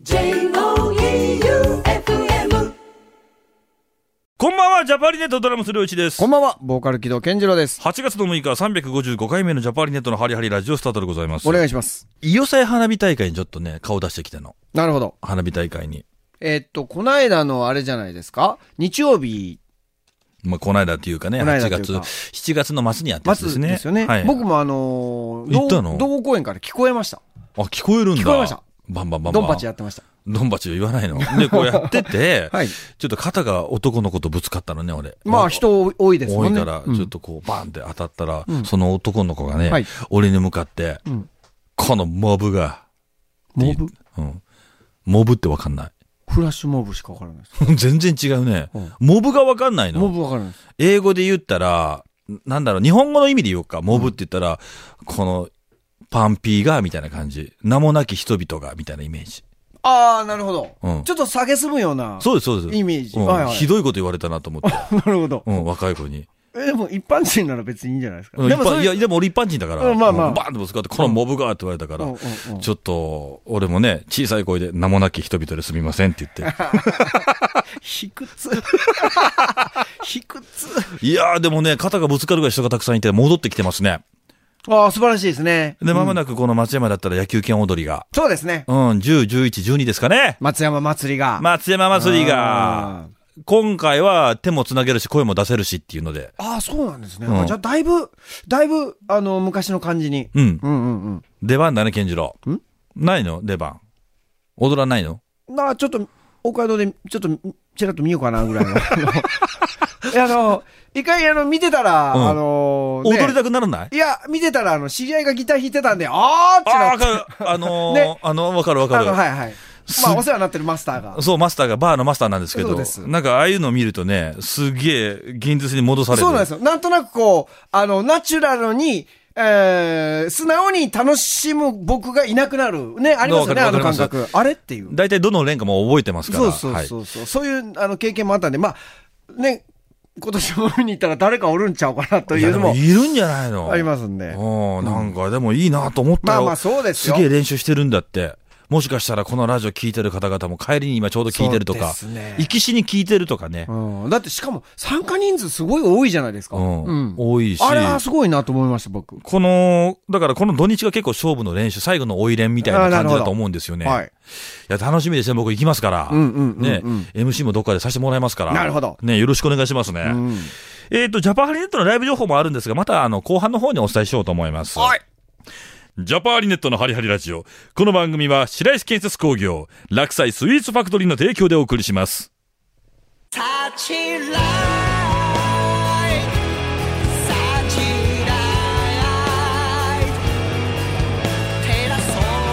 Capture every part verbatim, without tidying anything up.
ジェイオーイーユーエフエム。 こんばんは、ジャパリネットドラムス良一です。 こんばんは、ボーカル木戸健次郎です。 はちがつのむいかさんびゃくごじゅうごかいめのジャパリネットのハリハリラジオスタートでございます。 お願いします。 伊予祭花火大会にちょっとね、顔出してきたの。 なるほど。 花火大会に。 えーっと、こないだのあれじゃないですか、日曜日。 まあ、この間っていうかね、はちがつ、しちがつの末にやってますね。 末ですよね。はい、僕もあのー、 行ったの？ 道後公園から聞こえました。 あ、聞こえるんだ。 聞こえました。 バンバンバンバン。 ドンパチやってました。 ドンパチは言わないの。で、こうやってて、 はい、 ちょっと肩が男の子とぶつかったのね、俺。 まあ、人多いですもんね。 多いから、ちょっとこう、バーンって当たったら、 うん、 その男の子がね、 はい、 俺に向かって、うん、このモブが。 モブ？ うん。モブってわかんない。 フラッシュモブしかわからないです。 全然違うね、 うん。 モブがわかんないの？ モブわからないです。 英語で言ったら、なんだろう、日本語の意味で言おうか、モブって言ったら、うん、この、パンピーが、みたいな感じ。名もなき人々が、みたいなイメージ。 ああ、なるほど、うん。ちょっと下げすむような。 そうです、そうです。 イメージ。 うん、 はいはい、 ひどいこと言われたなと思って。 なるほど。 うん、若い子に。 え、でも一般人なら別にいいんじゃないですか。 うん、 でもそいや、でも俺一般人だから、 うん、まあまあ。 バーンとぶつかって、このモブがって言われたから、 うんうんうんうん、 ちょっと、俺もね、小さい声で名もなき人々ですみませんって言って。 卑屈。卑屈。 いやーでもね、肩がぶつかるぐらい人がたくさんいて、戻ってきてますね。 ああ、素晴らしいですね。 で、まもなくこの松山だったら野球拳踊りが。 そうですね。 うん、じゅう、じゅういち、じゅうにですかね。 松山祭りが。 松山祭りが。今回は手もつなげるし声も出せるしっていうので。 ああ、そうなんですね。うん、じゃあだいぶ、だいぶ、あの、昔の感じに。 うん。 うんうんうん。 出番だね、健次郎。 んないの出番。踊らないの？ なあ、ちょっと、大街道で、ちょっと、ちらっと見ようかな、ぐらいの。あの、一回、あの、見てたら、うん、あのーね、踊りたくならない？ いや、見てたら、あの、知り合いがギター弾いてたんで、あーってなって。 あ、わかる。あのー、ね、あの、わかるわかる。 あの、はいはい。まあ、お世話になってるマスターが。 そう、マスターが、バーのマスターなんですけど、 そうです。 なんか、ああいうのを見るとね、すげえ、現実に戻される。 そうなんですよ。なんとなくこう、あの、ナチュラルに、えー、素直に楽しむ僕がいなくなる。ね、ありますよね、あの感覚。あれっていう。 大体どの連かも覚えてますから。 そうそうそうそう、はい。そういう、あの、経験もあったんで、まあ、ね、今年も見に行ったら誰かおるんちゃうかなというのも。 いるんじゃないの？ ありますんで。 うん、なんかでもいいなと思ったよ。 まあまあそうですよ。 すげえ練習してるんだって。もしかしたらこのラジオ聞いてる方々も帰りに今ちょうど聞いてるとか、ね、行きしに聞いてるとかね、 うん。だってしかも参加人数すごい多いじゃないですか。 うんうん、多いし。 あれはすごいなと思いました、僕。 この、だからこの土日が結構勝負の練習、最後の追い練みたいな感じだと思うんですよね。はい。いや、楽しみですね、僕行きますから。 うんうんうんうん、 ね、エムシー もどっかでさせてもらいますから。 なるほど。 ね、よろしくお願いしますね。うん、えっと、ジャパハリネットのライブ情報もあるんですが、またあの、後半の方にお伝えしようと思います。 はい。 ジャパーリネットのハリハリラジオ。この番組は白石建設工業、落栽スイーツファクトリーの提供でお送りします。 タッチライト、タッチライト、照らそう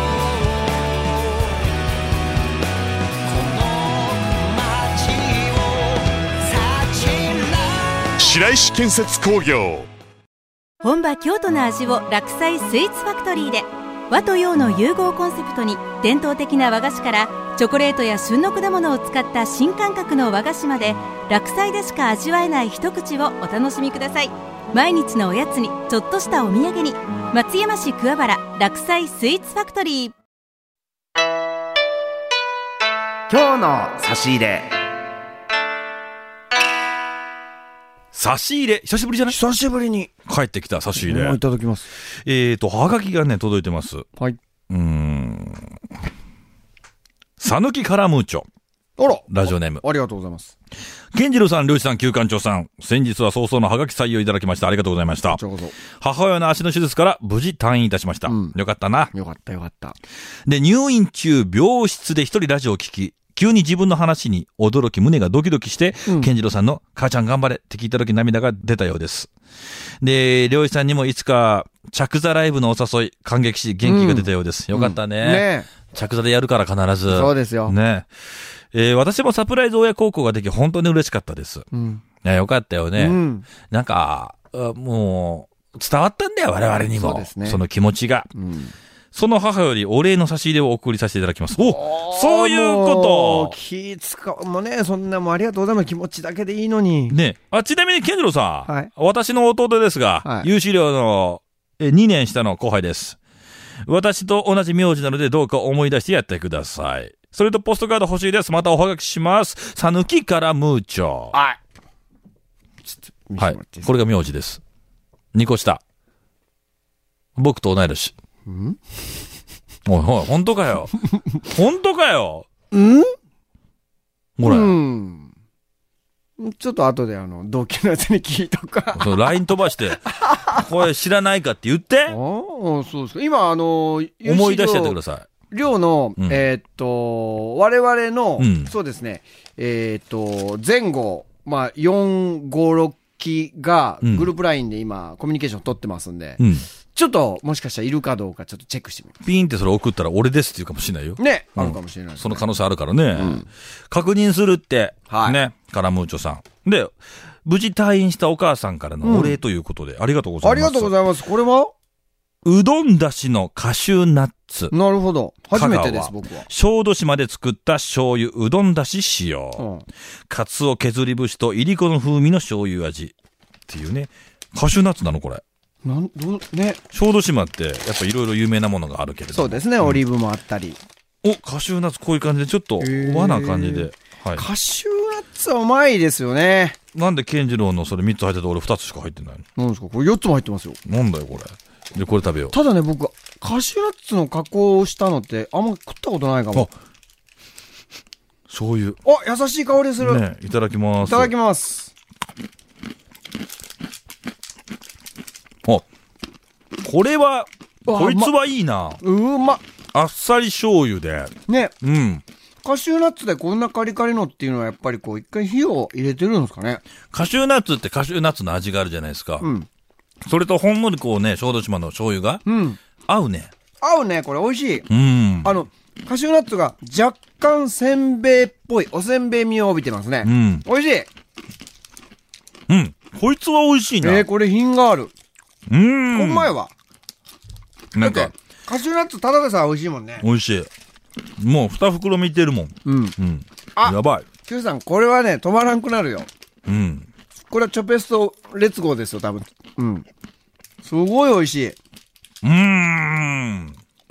この街を、タッチライト。 白石建設工業。 本場京都の味を落栽スイーツファクトリーで、和と洋の融合コンセプトに伝統的な和菓子からチョコレートや旬の果物を使った新感覚の和菓子まで、落栽でしか味わえない一口をお楽しみください。毎日のおやつにちょっとしたお土産に、松山市桑原落栽スイーツファクトリー。 今日の差し入れ。 差し入れ、久しぶりじゃない？ 久しぶりに帰ってきた差し入れ。 いただきます。 えーと、はがきがね、届いてます。 はい。 うーん。さぬきカラムーチョ。 あら。 ラジオネーム。 ありがとうございます。 健次郎さん、漁師さん、旧館長さん。先日は早々のはがき採用いただきました。ありがとうございました。 こちらこそ。 母親の足の手術から無事退院いたしました。うん、よかったな。 よかったよかった。 で、入院中、病室で一人ラジオを聞き、急に自分の話に驚き胸がドキドキして、うん、健次郎さんの母ちゃん頑張れって聞いた時涙が出たようです。で、漁師さんにもいつか着座ライブのお誘い感激し元気が出たようです。うん、よかったね。うん、ね着座でやるから必ず。 そうですよ。 ね。えー、私もサプライズ親孝行ができ本当に嬉しかったです。うん、ね、よかったよね。うん、なんか、もう伝わったんだよ我々にも。そうですね。その気持ちが。うんその母よりお礼の差し入れをお送りさせていただきます。お、そういうこと。 気使うもね、そんなもありがとうございます。気持ちだけでいいのに。 ね、あ、ちなみに健次郎さん、 はい、 私の弟ですが、はい、有志寮のえにねん下の後輩です。私と同じ名字なのでどうか思い出してやってください。 それとポストカード欲しいです。またおはがきします。さぬきからムーチョ。 はい。ちょっと見せはいてもらっていいですか。 これが名字です。にこ下。僕と同い年。 んおいおい、本当かよ。本当かよ。 んほら。 うん。ちょっと後であの、同期のやつに聞いとくか。 その ライン 飛ばして、これ知らないかって言って。 ああ、そうですか。今、あの、 思い出してやってください。 寮の、 うん、 えー、っと、我々の、 うん、 そうですね、えー、っと、前後、まあ、よん、ご、ろっきが、グループ ライン で今、コミュニケーション取ってますんで、うん、ちょっと、もしかしたらいるかどうか、ちょっとチェックしてみる。 ピーンってそれ送ったら俺ですって言うかもしれないよ。 ね。 うん、 あるかもしれないですね。 その可能性あるからね。うん、確認するって、はい、ね、カラムーチョさん。で、無事退院したお母さんからのお礼ということで、うん、ありがとうございます。 ありがとうございます。これはうどんだしのカシューナッツ。 なるほど。初めてです、僕は。 小豆島で作った醤油うどんだし使用。うん、かつお削り節といりこの風味の醤油味。っていうね。カシューナッツなのこれ。 なんどね。 小豆島ってやっぱいろいろ有名なものがあるけれども。 そうですね。オリーブもあったり。 うん、お、カシューナッツこういう感じでちょっと和な感じで。 はい、カシューナッツはうまいですよね。 なんで健次郎のそれみっつ入ってて俺ふたつしか入ってないの？ なんですかこれよっつも入ってますよ。 なんだよこれ。で、これ食べよう。 ただね、僕、カシューナッツの加工をしたのって、あんま食ったことないかも。 醤油。 お、優しい香りする。 ね、いただきます。 いただきます。 あ、これは、こいつはいいな。 うまっ。 あっさり醤油で。 ね。 うん。 カシューナッツでこんなカリカリのっていうのはやっぱりこう、一回火を入れてるんですかね。 カシューナッツってカシューナッツの味があるじゃないですか。うん。それとほんのりこうね、小豆島の醤油が、うん、合うね。 合うね、これ美味しい。 うん。 あの、カシューナッツが若干せんべいっぽい、おせんべい味を帯びてますね。うん。美味しい。 うん。こいつは美味しいな。 えー、これ品がある。 うん。 うまいわ。 なんか、 カシューナッツただでさえ美味しいもんね。 美味しい。もう二袋見てるもん。うん。うん。あ、やばい。 Q さん、これはね、止まらんくなるよ。 うん。 これはチョペストレッツゴーですよ、多分。うん。すごい美味しい。うーん。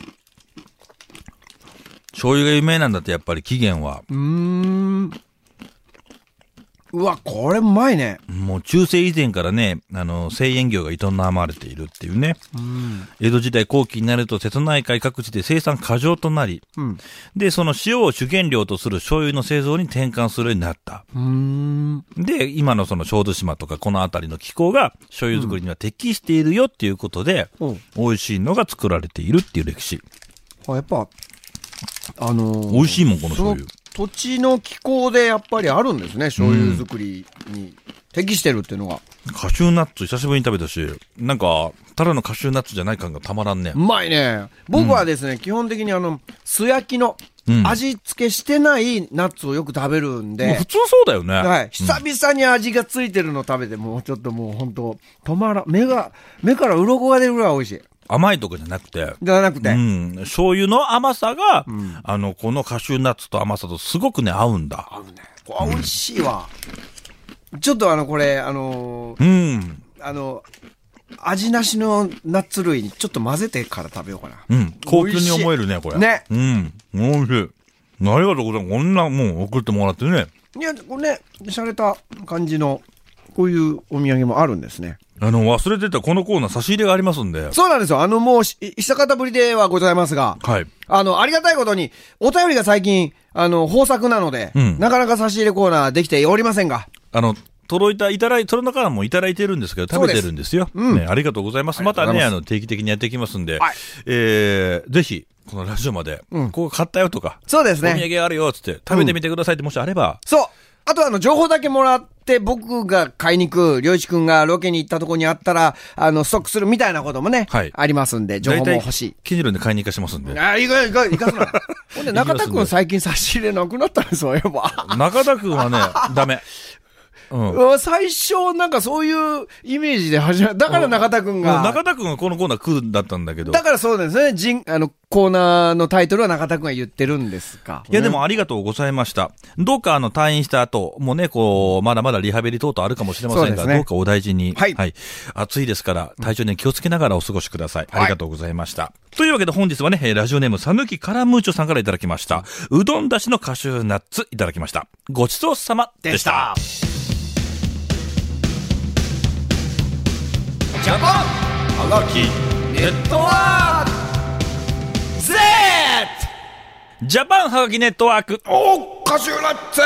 醤油が有名なんだってやっぱり起源は。 うーん。うわ、これうまいね。 もう中世以前からね、あの、製塩業が営まれているっていうね。うん、江戸時代後期になると瀬戸内海各地で生産過剰となり、うん、で、その塩を主原料とする醤油の製造に転換するようになった。うーんで、今のその小豆島とかこの辺りの気候が醤油作りには適しているよっていうことで、うん、美味しいのが作られているっていう歴史。 あ、やっぱ、あのー、 美味しいもん、この醤油。 土地の気候でやっぱりあるんですね、醤油作りに適してるっていうのが。 うん、カシューナッツ久しぶりに食べたし、なんか、ただのカシューナッツじゃない感がたまらんね。 うまいね。僕はですね、うん、基本的にあの、素焼きの味付けしてないナッツをよく食べるんで。 もう普通そうだよね。 はい。久々に味がついてるの食べて、もうちょっともう本当止まらん。目が、目から鱗が出るぐらい美味しい。 甘いとかじゃなくて。 じゃなくて。 うん。醤油の甘さが、うん、あの、このカシューナッツと甘さとすごくね、合うんだ。 合うね。これ美味しいわ。うん、ちょっとあの、これ、あのー、 うん。 あの、味なしのナッツ類にちょっと混ぜてから食べようかな。 うん。高級に思えるね、これ。 ね。 うん。美味しい。ありがとうございます。こんなもん送ってもらってね。 いや、これね、洒落た感じの、こういうお土産もあるんですね。 あの、忘れてたこのコーナー差し入れがありますんで。 そうなんですよ。あの、もう、久方ぶりではございますが。 はい。 あの、ありがたいことに、お便りが最近、あの、豊作なので、うん、なかなか差し入れコーナーできておりませんが。 あの、届いた、いただい、その中からもいただいてるんですけど、食べてるんですよ。うん、ね。ありがとうございます。またね、あの、定期的にやっていきますんで、はい、えー、ぜひ、このラジオまで、うん、ここ買ったよとか、 そうですね。 お土産あるよ、つって、食べてみてくださいってもしあれば。 うん、そう。あとあの、情報だけもらって、僕が買いに行く、りょういちくんがロケに行ったとこにあったら、あの、ストックするみたいなこともね、はい、ありますんで、情報も欲しい。 ケニロンで買いに行かしますんで。 ああ、いか、いか、いかすな。ほんで、中田くん最近差し入れなくなったんですよ、やっぱ。 中田くんはね、ダメ。 うん、 最初、なんかそういうイメージで始まる。だから中田くんが。 中田くんがこのコーナー来るんだったんだけど。 だからそうですね。人、あの、コーナーのタイトルは中田くんが言ってるんですか。 いや、でもありがとうございました。どうかあの、退院した後、もうね、こう、まだまだリハビリ等々あるかもしれませんが、ね、どうかお大事に。 はい。 はい。暑いですから、体調に気をつけながらお過ごしください。ありがとうございました。はい、というわけで本日はね、ラジオネーム、さぬきカラムーチョさんからいただきました。うどんだしのカシューナッツいただきました。ごちそうさまでした。 ジャパンはがきネットワーク Z ジャパンはがきネットワーク。 おー、カシューナッツ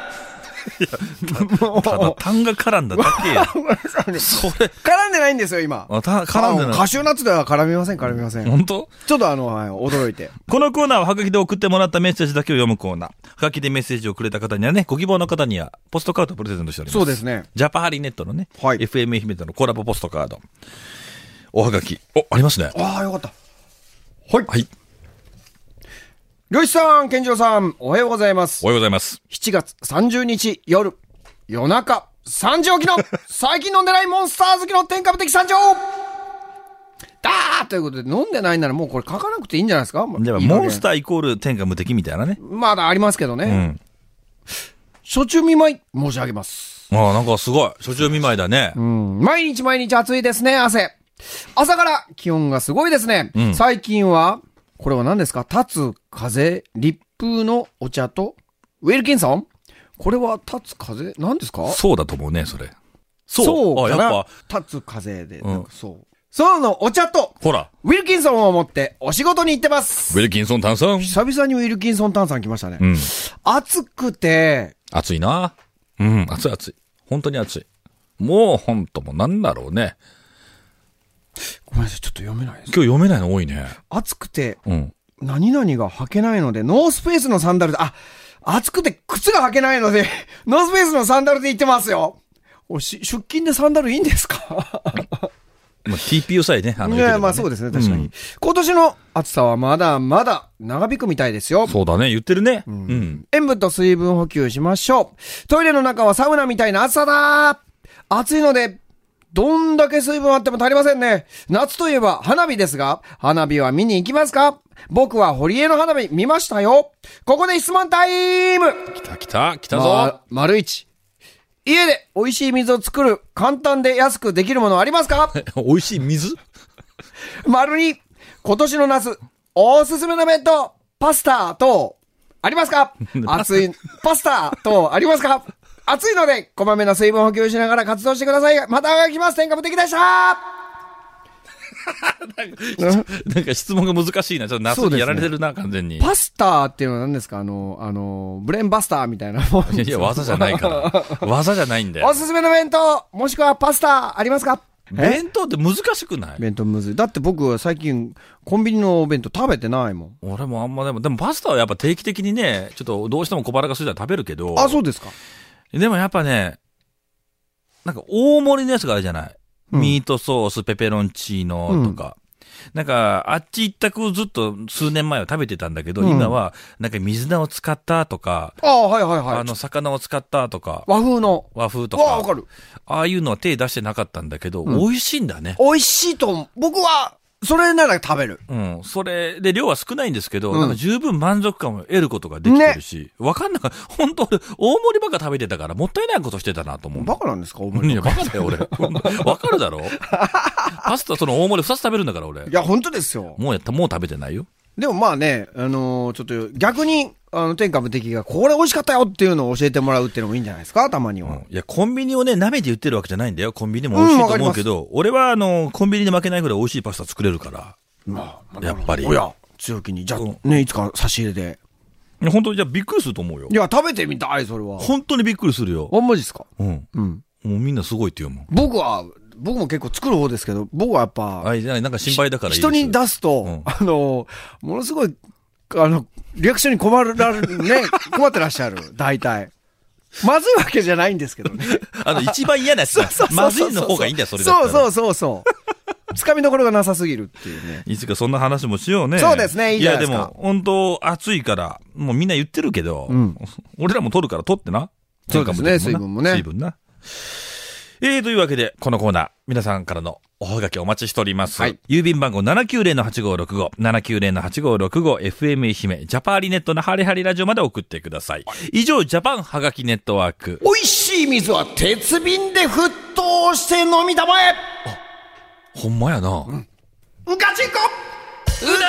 ただ単が絡んだだけや。それ。 絡んでないんですよ、今。 あた絡んでない。 カシューナッツでは絡みません、絡みません。 本当？ ちょっとあの、はい、驚いて。 このコーナーははがきで送ってもらったメッセージだけを読むコーナー。はがきでメッセージをくれた方にはね、ご希望の方には、ポストカードをプレゼントしております。 そうですね。 ジャパハリネットのね、 はい、 エフエム 愛媛とのコラボポストカード。おはがき。お、ありますね。 ああ、よかった。はい。 はい。 りょうしさん、健次郎さん、おはようございます。 おはようございます。 しちがつさんじゅうにち夜、夜中、さんじ起きの、最近飲んでないモンスター好きの天下無敵参上だーということで、飲んでないならもうこれ書かなくていいんじゃないですか。 でも、モンスターイコール天下無敵みたいなね。 まだありますけどね。 うん。 初中見舞い、申し上げます。 ああ、なんかすごい。初中見舞いだね。 うん。毎日毎日暑いですね、汗。朝から気温がすごいですね。うん、最近は、これは何ですか？立つ風、立風のお茶と、ウィルキンソン？これは立つ風何ですか？ そうだと思うね、それ。 そう。そうかな。 あ、やっぱ。立つ風で、なんかそう。うん、そうのお茶と、 ほら。 ウィルキンソンを持ってお仕事に行ってます。 ウィルキンソン炭酸。 久々にウィルキンソン炭酸来ましたね。 うん。 暑くて。 暑いな。うん、暑い暑い。本当に暑い。もうほんともうなんだろうね。 ごめんなさい、ちょっと読めないです。 今日読めないの多いね。 暑くて、 うん。 何々が履けないので、ノースペースのサンダルで、あ、暑くて靴が履けないので、ノースペースのサンダルで行ってますよ。おし、出勤でサンダルいいんですか？ まあ、ティーピーユー さえね、 あの、ね、いや、まあそうですね、確かに、うん。今年の暑さはまだまだ長引くみたいですよ。 そうだね、言ってるね。 うん。うん、塩分と水分補給しましょう。トイレの中はサウナみたいな暑さだ。暑いので、どんだけ水分あっても足りませんね。夏といえば花火ですが、花火は見に行きますか？僕は堀江の花火見ましたよ。ここで質問タイム。 来た来た来たぞ。 ま、丸一。家で美味しい水を作る簡単で安くできるものありますか？ 美味しい水？ 丸二。今年の夏、おすすめの弁当、パスタと、ありますか？熱いパスタとありますか？暑いので、こまめな水分補給しながら活動してください。またあがきます。天下無敵でしたなんかなんか質問が難しいな。ちょっと夏にやられてるな、ね、完全に。 パスタっていうのは何ですか？あの、あの、ブレーンバスターみたいな。 いやいや、技じゃないから。技じゃないんだよ。 おすすめの弁当、もしくはパスタありますか？ 弁当って難しくない？ 弁当むずい。だって僕最近コンビニのお弁当食べてないもん。 俺もあんまでも、でもパスタはやっぱ定期的にね、ちょっとどうしても小腹が空いたら食べるけど。 あ、そうですか。 でもやっぱね、なんか大盛りのやつがあるじゃない。うん、ミートソース、ペペロンチーノとか。うん、なんか、あっち一択ずっと数年前は食べてたんだけど、うん、今は、なんか水菜を使ったとか。 ああ、はいはいはい。 あの、魚を使ったとか。 和風の。 和風とか。 わかる。 ああいうのは手出してなかったんだけど、うん、美味しいんだね。 美味しいと、僕は、それなら食べる。 うん。それで量は少ないんですけど、うん、なんか十分満足感を得ることができてるし、ね、わかんなかった。本当俺、大盛りばっか食べてたから、もったいないことしてたなと思う。 バカなんですか大盛り。 いや、バカだよ、俺。わかるだろパスタ、その大盛り二つ食べるんだから、俺。 いや、本当ですよ。 もうやった、もう食べてないよ。 でもまあね、あのー、ちょっと逆に、あの、天下無敵がこれ美味しかったよっていうのを教えてもらうっていうのもいいんじゃないですか、たまには。うん、いや、コンビニをね、鍋で言ってるわけじゃないんだよ。コンビニも美味しいと思うけど、うん、俺はあの、コンビニに負けないぐらい美味しいパスタ作れるから。 まあ、 やっぱり。 おや、強気に。じゃあ、うん、ね、いつか差し入れで。 いや、本当に、じゃあびっくりすると思うよ。 いや、食べてみたい、それは。 本当にびっくりするよ。 あ、マジっすか？ うん。うん。もうみんなすごいって言うもん。 僕は、僕も結構作る方ですけど、僕はやっぱ。 あ、いや、なんか心配だからいいです。 人に出すと、うん、あの、ものすごい、あの、リアクションに困るられる、ね、困ってらっしゃる、大体。まずいわけじゃないんですけどね。 あの、一番嫌なやつだ。まずいの方がいいんだよ、それだったら。 そうそうそうそう。つかみどころがなさすぎるっていうね。 いつかそんな話もしようね。 そうですね、いいじゃないですか。 いや、でも、本当暑いから、もうみんな言ってるけど、うん、俺らも取るから取ってな。 そうですね、水分もね。 水分な。 えー、というわけで、このコーナー、皆さんからのおはがきお待ちしております。 はい、 郵便番号 ななきゅうぜろのはちごろくご、ななきゅうぜろのはちごろくご、エフエム 愛媛、ジャパーリネットのハリハリラジオまで送ってください。以上、ジャパンはがきネットワーク。 美味しい水は鉄瓶で沸騰して飲みたまえ。 ほんまやな。うん。 ガチンコ歌相撲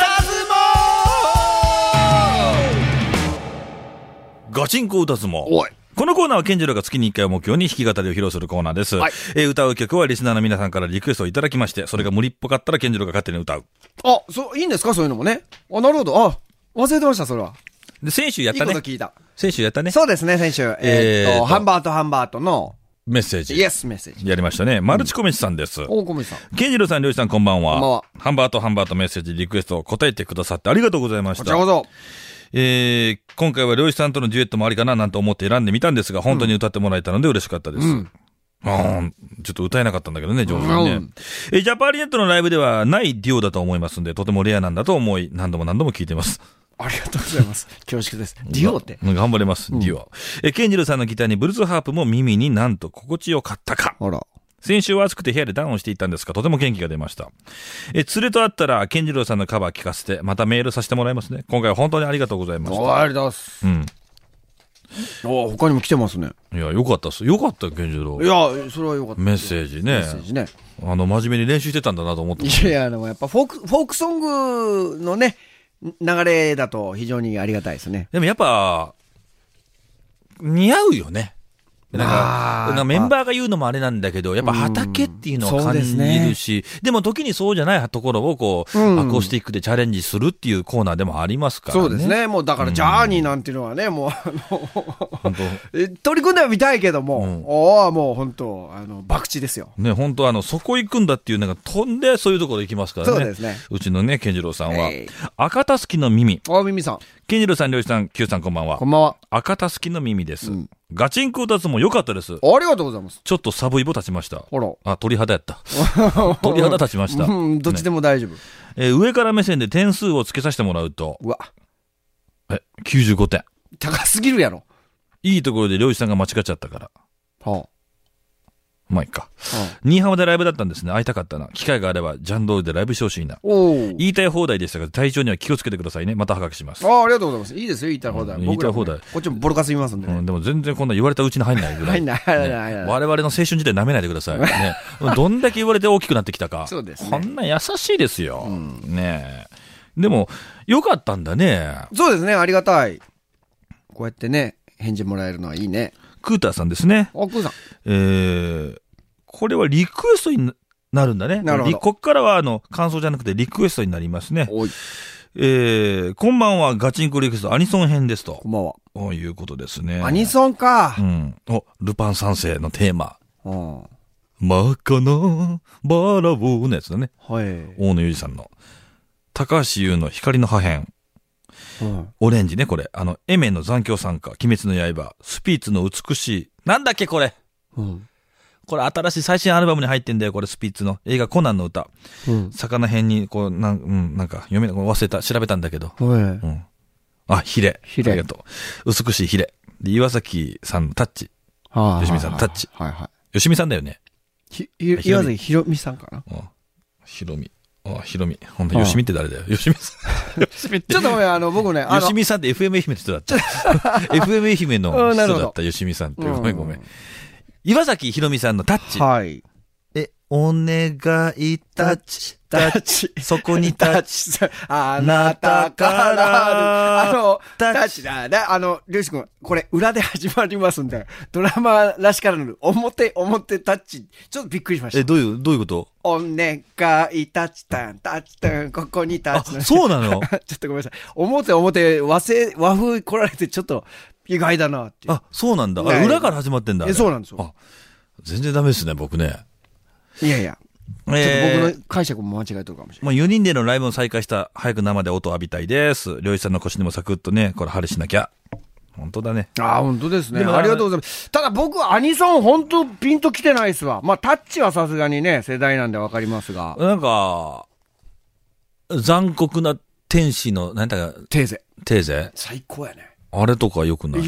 ガチンコ歌相撲。 おい。 このコーナーは健次郎が月にいっかいを目標に弾き語りを披露するコーナーです。はい、えー、歌う曲はリスナーの皆さんからリクエストをいただきまして、それが無理っぽかったら健次郎が勝手に歌う。 あ、そう、いいんですかそういうのもね。あ、なるほど。あ、忘れてました、それは。 で、先週やったね。 いいこと聞いた。 先週やったね。 そうですね、先週。えー、っと、ハンバートハンバートのメッセージ。 イエスメッセージ。 やりましたね。マルチコメチさんです。うん、 お、コメチさん。 健次郎さん、りょうしさん、こんばんは。 こんばんは。 ハンバートハンバートメッセージリクエストを答えてくださってありがとうございました。 こちらこそ。 えー、今回は漁師さんとのデュエットもありかななんて思って選んでみたんですが、本当に歌ってもらえたので嬉しかったです。うん、あちょっと歌えなかったんだけどね、上手にね。うん、えジャパーリネットのライブではないデュオだと思いますんで、とてもレアなんだと思い、何度も何度も聞いてます。 ありがとうございます。恐縮です。デュオって。 頑張れます、デュオ。え、ケンジロさんのギターにブルースハープも耳になんと心地よかったか。 あら。 先週は暑くて部屋でダウンしていたんですが、とても元気が出ました。え、連れと会ったら、健次郎さんのカバー聞かせて、またメールさせてもらいますね。今回は本当にありがとうございました。 ありがとうございます。 うん。 あ、他にも来てますね。 いや、よかったっす。よかったよ、健次郎。 いや、それはよかった。 メッセージね。 メッセージね。 あの、真面目に練習してたんだなと思って。 いやいや、でもやっぱフォーク、フォークソングのね、流れだと非常にありがたいですね。 でもやっぱ、似合うよね。なんか、なんかメンバーが言うのもあれなんだけど、やっぱ畑っていうのを感じるし、で, ね、でも時にそうじゃないところをこう、うん、アコースティックでチャレンジするっていうコーナーでもありますからね。 そうですね。もうだからジャーニーなんていうのはね、もうあの、取り組んではみたいけども、うん、おもう本当、あの、博打ですよ。 ね、本当あの、そこ行くんだっていうのが飛んでそういうところ行きますからね。 そうですね。 うちのね、健次郎さんは、赤たすきの耳。 あ、耳さん。 健次郎さん、りょうしさん、Qさんこんばんは。 こんばんは。 赤たすきの耳です。うん、ガチンコ歌つも良かったです。 ありがとうございます。 ちょっとサブイボ立ちました。 ほら。 あ、鳥肌やった。鳥肌立ちました。 うん、どっちでも大丈夫。 ね、えー、上から目線で点数をつけさせてもらうと。 うわ。 え、きゅうじゅうごてん。 高すぎるやろ。 いいところで漁師さんが間違っちゃったから。 はあ。 まあいいか。新居浜でライブだったんですね。会いたかったな。機会があれば、ジャンドールでライブしてほしいな。言いたい放題でしたが、体調には気をつけてくださいね。またはがきします。 ああ、ありがとうございます。いいですよ、言いたい放題。 うん、言いたい放題。 こっちもボロカス言いますんでね。 うん、でも全然こんな言われたうちに入んないぐらい。 入んない、入んない、 ね。我々の青春時代舐めないでください。ね。どんだけ言われて大きくなってきたか。 そうですね。 こんな優しいですよ。うん、ねえ。でも、よかったんだね。 そうですね、ありがたい。こうやってね、返事もらえるのはいいね。 クーターさんですね。 あ、クーさん。 えー、これはリクエストになるんだね。 なるほど。 こっからはあの、感想じゃなくてリクエストになりますね。おい。えー、こんばんは、ガチンコリクエストアニソン編ですと。 こんばんは。 ということですね。 アニソンか。 うん。お、ルパン三世のテーマ。うん。真っ赤なバラをのやつだね。 はい。 大野裕二さんの。高橋優の光の破片。うん、オレンジね、これ。あの、エメンの残響参加、鬼滅の刃、スピーツの美しい。なんだっけ、これ。うん。これ新しい最新アルバムに入ってんだよ、これスピッツの。映画コナンの歌。うん。魚編に、こう、なん、うん、なんか読め、忘れた、調べたんだけど。 はい。うん。 あ、ヒレ。 ヒレ。 ありがとう。美しいヒレ。で、岩崎さんのタッチ。 はあ。 よしみさんのタッチ。 はいはい。 よしみさんだよね。 ひ、岩崎ひろみさんかな。 うん。ひろみ。あ、ひろみ。ほんと、よしみって誰だよ。よしみさん。よしみって。 ちょっとごめん、あの、僕ね、あの。 よしみさんって エフエム 愛媛の人だった。エフエム 愛媛の人だった、よしみさんって。ごめんごめん。岩崎ひろみさんのタッチ。 はい。 え、お願いタッチ、タッチ、そこにタッチ、 あなたからあの、タッチだね。あの、りょうし君、これ裏で始まりますんで、ドラマらしからぬ、表、表タッチ、ちょっとびっくりしました。 え、どういう、どういうことお願いタッチタン、タッチタン、ここにタッチ。 あ、そうなのちょっとごめんなさい。表、表、和製、和風来られてちょっと意外だなっていう。 あ、そうなんだ。あ、裏から始まってんだ。 え、そうなんですよ。 あ、全然ダメですね、僕ね。 いやいや。ちょっと僕の解釈も間違えとるかもしれない。 まあよにんでのライブを再開した、早く生で音を浴びたいです。りょういちさんの腰にもサクッとね、これ針しなきゃ。本当だね。 ああ、本当ですね。ありがとうございます。ただ僕はアニソン本当ピンと来てないですわ。まあタッチはさすがにね、世代なんでわかりますが。 なんか、残酷な天使の、なんだか。 テーゼ。 テーゼ最高やね。 あれとかよくない？ いや、あ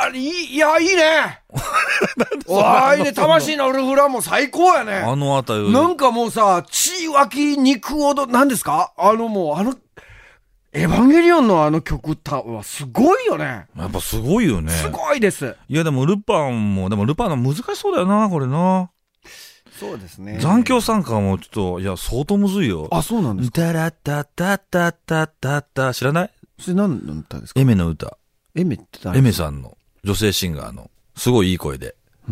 あ、いい、いや、いいね。わーいね、魂のウルフランも最高やね。 あのあたり。 なんかもうさ、血湧き肉ほど、なんですかあのもう、あの、エヴァンゲリオンのあの曲たはすごいよね。 やっぱすごいよね。 すごいです。 いやでもルパンも、でもルパンの難しそうだよな、これな。 そうですね。 残響参加もちょっと、いや、相当むずいよ。 あ、そうなんですか。 タラッタッタッタッタッタッタ、知らない？ それ何の歌ですか？ エメの歌。 エメって誰？ エメさんの、女性シンガーの、すごいいい声で。うん。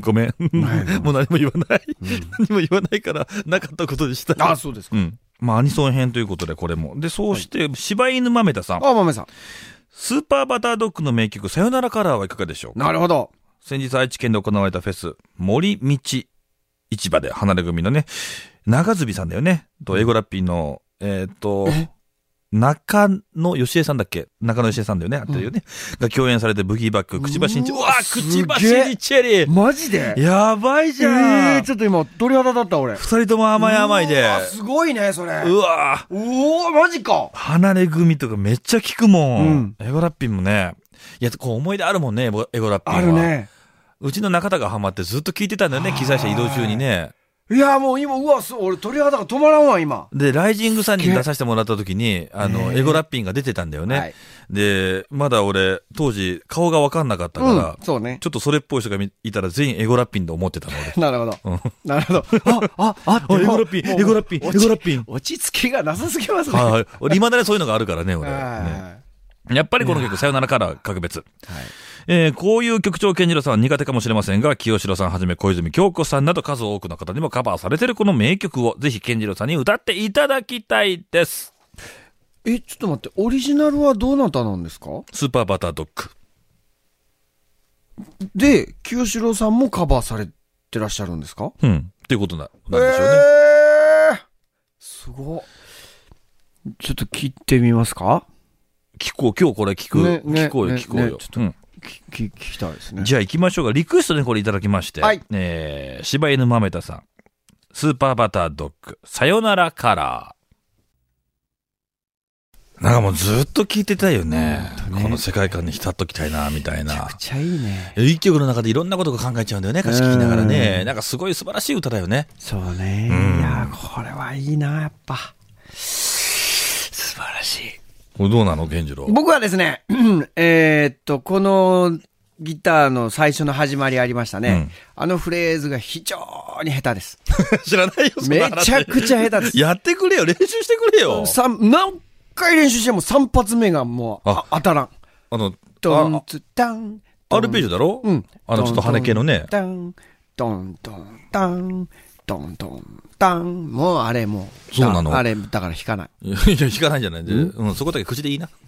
ごめん。もう何も言わない。うん、何も言わないから、なかったことでした。 あ、そうですか。 うん。まあ、アニソン編ということで、これも。で、そうして、はい、柴犬豆田さん。 あ、豆さん。 スーパーバタードッグの名曲、さよならカラーはいかがでしょうか？ なるほど。 先日愛知県で行われたフェス、森道市場で離れ組のね、長ズビさんだよね。と、エゴラッピーの、えー、っと、中野義恵さんだっけ？中野義恵さんだよね。あったよね、うん。が共演されてブギーバック、くちばしんち。うわくちばしんちチェリー。 マジで？ やばいじゃん。 えー、ちょっと今、鳥肌立った俺。 二人とも甘い甘いで。 うわすごいね、それ。 うわおー、マジか。 離れ組とかめっちゃ聞くもん。うん、エゴラッピーもね。いや、こう思い出あるもんね、エゴラッピーは。あるね。うちの中田がハマってずっと聞いてたんだよね、機材車移動中にね。 いやもう今、うわ、俺鳥肌が止まらんわ、今。 で、ライジングさんに出させてもらった時に、あの、エゴラッピンが出てたんだよね。はい、で、まだ俺、当時、顔がわかんなかったから、うん、そうね。ちょっとそれっぽい人がいたら全員エゴラッピンと思ってたので。 なるほど。うん、なるほど。あ、あ、あ、 エゴラッピン、エゴラッピン、エゴラッピン。 落ち着きがなさすぎますね。 はい。俺、未だにそういうのがあるからね、俺。ね、やっぱりこの曲、さよならから格別。はい。えー、こういう曲調健次郎さんは苦手かもしれませんが、清志郎さんはじめ小泉京子さんなど数多くの方にもカバーされているこの名曲をぜひ健次郎さんに歌っていただきたいです。 え、ちょっと待って、オリジナルはどなたなんですか？ スーパーバタードッグ。 で、清志郎さんもカバーされてらっしゃるんですか？ うん。っていうことな、なんでしょうね。 えー、すごい。ちょっと聞いてみますか？ 聞こう、今日これ聞く。ねね、聞こうよ、聞こうよ。ね、 ちょっと、うん、聞きたいですね。 じゃあ行きましょうか。リクエストでこれいただきまして。はい。えー、柴犬豆田さん。スーパーバタードッグ。さよならカラー。なんかもうずっと聞いてたよね。ねこの世界観に浸っときたいな、みたいな。めちゃくちゃいいね。 一曲の中でいろんなことが考えちゃうんだよね。歌詞聞きながらね。なんかすごい素晴らしい歌だよね。 そうね。うん、いや、これはいいな、やっぱ。素晴らしい。 これどうなの健次郎？ 僕はですね、えー、っと、このギターの最初の始まりありましたね。うん、あのフレーズが非常に下手です。 知らないよ、そんな話。 めちゃくちゃ下手です。 やってくれよ、練習してくれよ。 何回練習しても三発目がもうあ当たらん。 あの、 ドンツタン。 アールペジオだろ？うん。あのちょっと羽系のね。 ドン、ドン、ドン、タン、ドン、ドン。タンもうあれもうそうなのあれだから弾かない。 いや弾かないんじゃないで、うん、そこだけ口でいいな。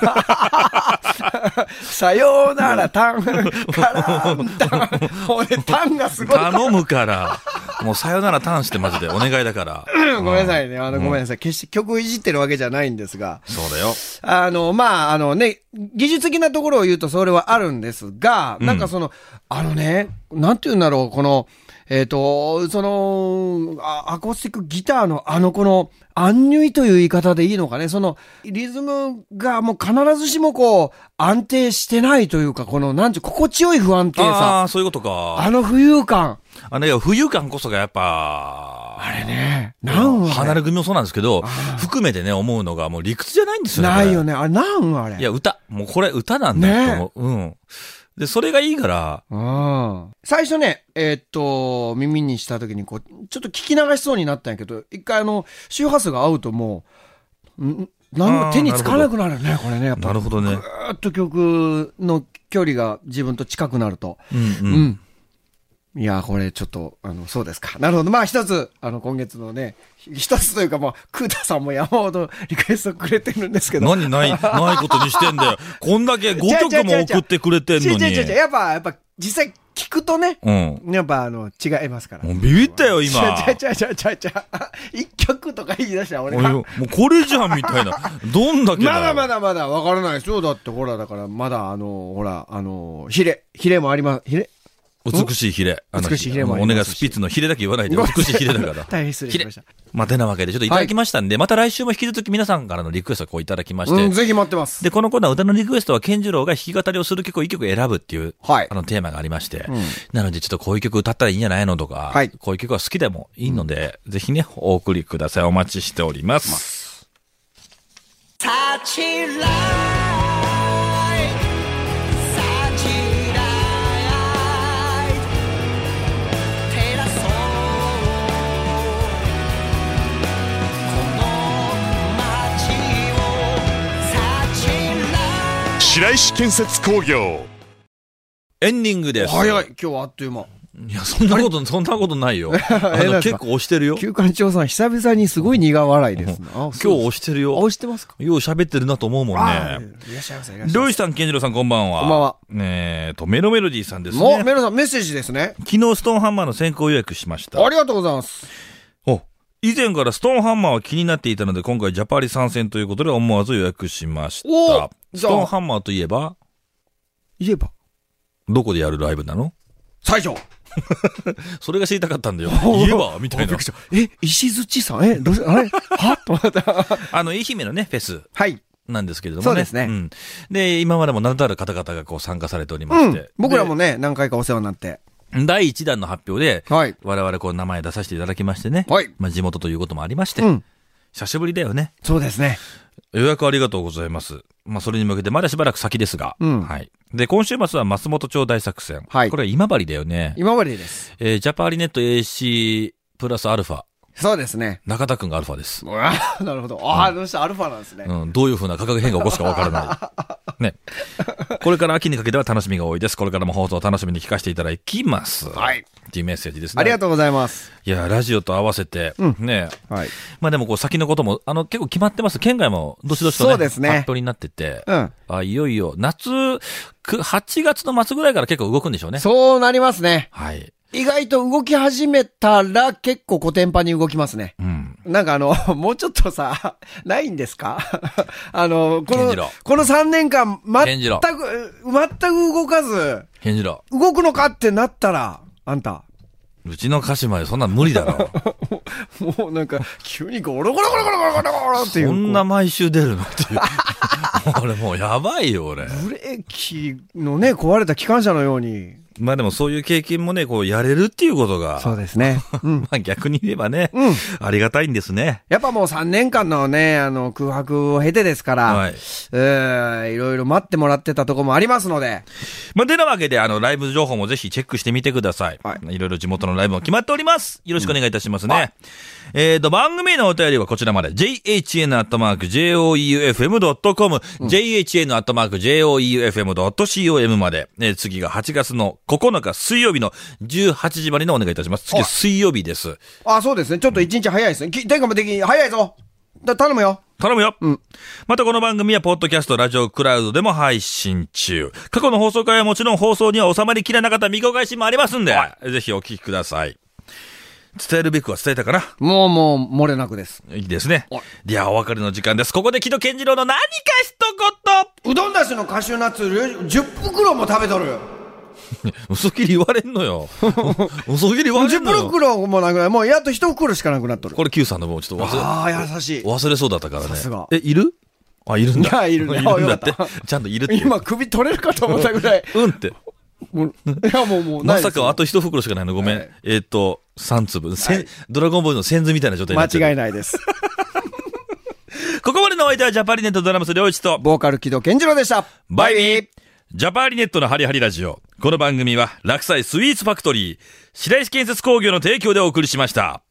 さようならタンカランタン。もうねタンがすごい。 頼むから。もうさようならタンしてマジでお願いだから。 ごめんなさいね。あの、うん、ごめんなさい。決して曲をいじってるわけじゃないんですが。 そうだよ。 あのまああのね技術的なところを言うとそれはあるんですが、うん、なんかそのあのねなんていうんだろうこの。えっと、その、アコースティックギターのあのこの、アンニュイという言い方でいいのかね。その、リズムがもう必ずしもこう、安定してないというか、この、なんていう、心地よい不安定さ。 ああ、そういうことか。 あの浮遊感。 あの、いや、浮遊感こそがやっぱ、 あれね、なんは離れ組もそうなんですけど、含めてね、思うのがもう理屈じゃないんですよね。 ないよね。あれ、なんあれ。 いや、歌。もうこれ歌なんだと思う。ね、うん。で、それがいいから。 うん。最初ね、えー、っと、耳にした時にこう、ちょっと聞き流しそうになったんやけど、一回あの、周波数が合うともう、んなん手につかなくなるね、これね。やっぱなるほどね。 ぐーっと曲の距離が自分と近くなると。 うん、うん。うん。 いや、これちょっと、あの、そうですか。なるほど。まあ一つ、あの、今月のね、一つというか、まあ、クータさんも山ほどリクエストくれてるんですけど。 何ない、ないことにしてんだよ。こんだけごきょくも送ってくれてんのに。 違う違う違う。やっぱ、やっぱ、実際聞くとね、うん。やっぱ、あの、違いますから。 もうビビったよ、今。 違う違う違う違う違う。一曲とか言い出した俺が。 もうこれじゃん、みたいな。どんだけだよ。 まだまだまだわからないですよ。だって、ほら、だから、まだ、あの、ほら、あの、ヒレ、ヒレもあります。ヒレ美しいヒレ。あの美しいヒレもありますしお願いスピッツのヒレだけ言わないで、美しいヒレだから。 大変失礼しました。 まあ、てなわけでちょっといただきましたんで、はい、また来週も引き続き皆さんからのリクエストをこういただきまして。 うん、ぜひ待ってます。 で、このコーナー歌のリクエストは健次郎が弾き語りをする曲を一曲選ぶっていう、 はい、 あのテーマがありまして、 うん、 なのでちょっとこういう曲歌ったらいいんじゃないのとか、はい、こういう曲は好きでもいいので、うん、ぜひね、お送りください。お待ちしております。 タッチラ白石建設工業エンディングです。 早い。今日はあっという間。 いや、そんなこと、そんなことないよ。あの結構押してるよ。 旧館長さん、久々にすごい苦笑いですね。 今日押してるよ。 押してますか？ よう喋ってるなと思うもんね。 いらっしゃいませ。 りょうしさん、健次郎さん、こんばんは。 こんばんは。 えーと、メロメロディーさんですね。 もう、メロさん、メッセージですね。 昨日、ストーンハンマーの先行予約しました。 ありがとうございます。 お、以前からストーンハンマーは気になっていたので、今回ジャパリ参戦ということで思わず予約しました。ストーンハンマーといえば言えばどこでやるライブなの？ 西条それが知りたかったんだよ。言えばみたいな。 え、石槌さんえ、どうし、あれはと思った。 あの、愛媛のね、フェス。 はい。 なんですけれどもね。 そうですね。 うん。で、今までも名だたる方々がこう参加されておりまして。うん、 僕らもね、何回かお世話になって。 だいいちだんの発表で、 はい。 我々こう名前出させていただきましてね。 はい。 まあ地元ということもありまして。 うん。 久しぶりだよね。 そうですね。 予約ありがとうございます。まあそれに向けてまだしばらく先ですが。 うん。 はい。で、今週末は松本町大作戦。 はい。 これは今治だよね。 今治です。 えー、ジャパーリネット エーシー プラスアルファ。 そうですね。 中田くんがアルファです。 ああ、なるほど。ああ、どうしたアルファなんですね。 うん。どういう風な価格変化を起こすかわからない。ね。これから秋にかけては楽しみが多いです。これからも放送を楽しみに聞かせていただきます。 はい。 っていうメッセージですね。 ありがとうございます。 いや、ラジオと合わせて、うん、ね。 はい。 まあでもこう先のことも、あの、結構決まってます。県外もどしどしとね。 そうですね。 発表になってて。 うん。 あ、いよいよ、夏、はちがつの末ぐらいから結構動くんでしょうね。 そうなりますね。 はい。 意外と動き始めたら結構コテンパンに動きますね。 うん。 なんかあの、もうちょっとさ、ないんですかあの、この、このさんねんかん、全く、全く動かず、 健次郎。 動くのかってなったら、あんた。 うちの鹿島でそんな無理だろ。 もうなんか、急にゴロゴロゴロゴロゴロゴロゴロっていう。 そんな毎週出るのっていう。俺もうやばいよ、俺。 ブレーキのね、壊れた機関車のように。 まあでもそういう経験もね、こうやれるっていうことが。 そうですね。 うん、まあ逆に言えばね、 うん、 ありがたいんですね。 やっぱもうさんねんかんのね、あの空白を経てですから、はい。えー、いろいろ待ってもらってたところもありますので。 まあてなわけで、あの、ライブ情報もぜひチェックしてみてください。はい。いろいろ地元のライブも決まっております。よろしくお願いいたしますね。うん、えーと、番組のお便りはこちらまで。ジェイエイチエヌ アットマーク ジェイオーイーユーエフエム ドットコム、うん、ジェイエイチエヌ アットマーク ジェイオーイーユーエフエム ドットコム まで。えー、次がはちがつのここのか水曜日のじゅうはちじまでのお願いいたします。次水曜日です。 あ、そうですね。ちょっと一日早いですね。天下もでき、早いぞ。だ、頼むよ。 頼むよ。 うん。 またこの番組はポッドキャスト、ラジオクラウドでも配信中。過去の放送回はもちろん放送には収まりきらなかった未公開シーンもありますんで、ぜひお聞きください。伝えるべくは伝えたかな。 もうもう漏れなくです。 いいですね。ではお別れの時間です。ここで木戸健次郎の何か一言。 うどんだしのカシューナッツじゅっぷくろも食べとる。 嘘切り言われんのよ。嘘切り言われんのよ。 じゅっぷくもなくなる。もうやっと一袋しかなくなっとる。 これ Q さんの分ちょっと忘れ。 ああ、優しい。 忘れそうだったからね。 さすが。 え、いる？あ、いるんだ。 いや、いるね。 いるんだって。ちゃんといるって。 今首取れるかと思ったぐらい。 うんって。 もういや、もうもうまさかあと一袋しかないの。ごめん。はい、えっ、ー、と、三粒。はい、ドラゴンボールの線図みたいな状態になってる。 間違いないです。 ここまでのお相手はジャパリネットドラムス良一と、 ボーカル木戸健次郎でした。 バイビー。ジャパーリネットのハリハリラジオ。この番組は、落栽スイーツファクトリー、白石建設工業の提供でお送りしました。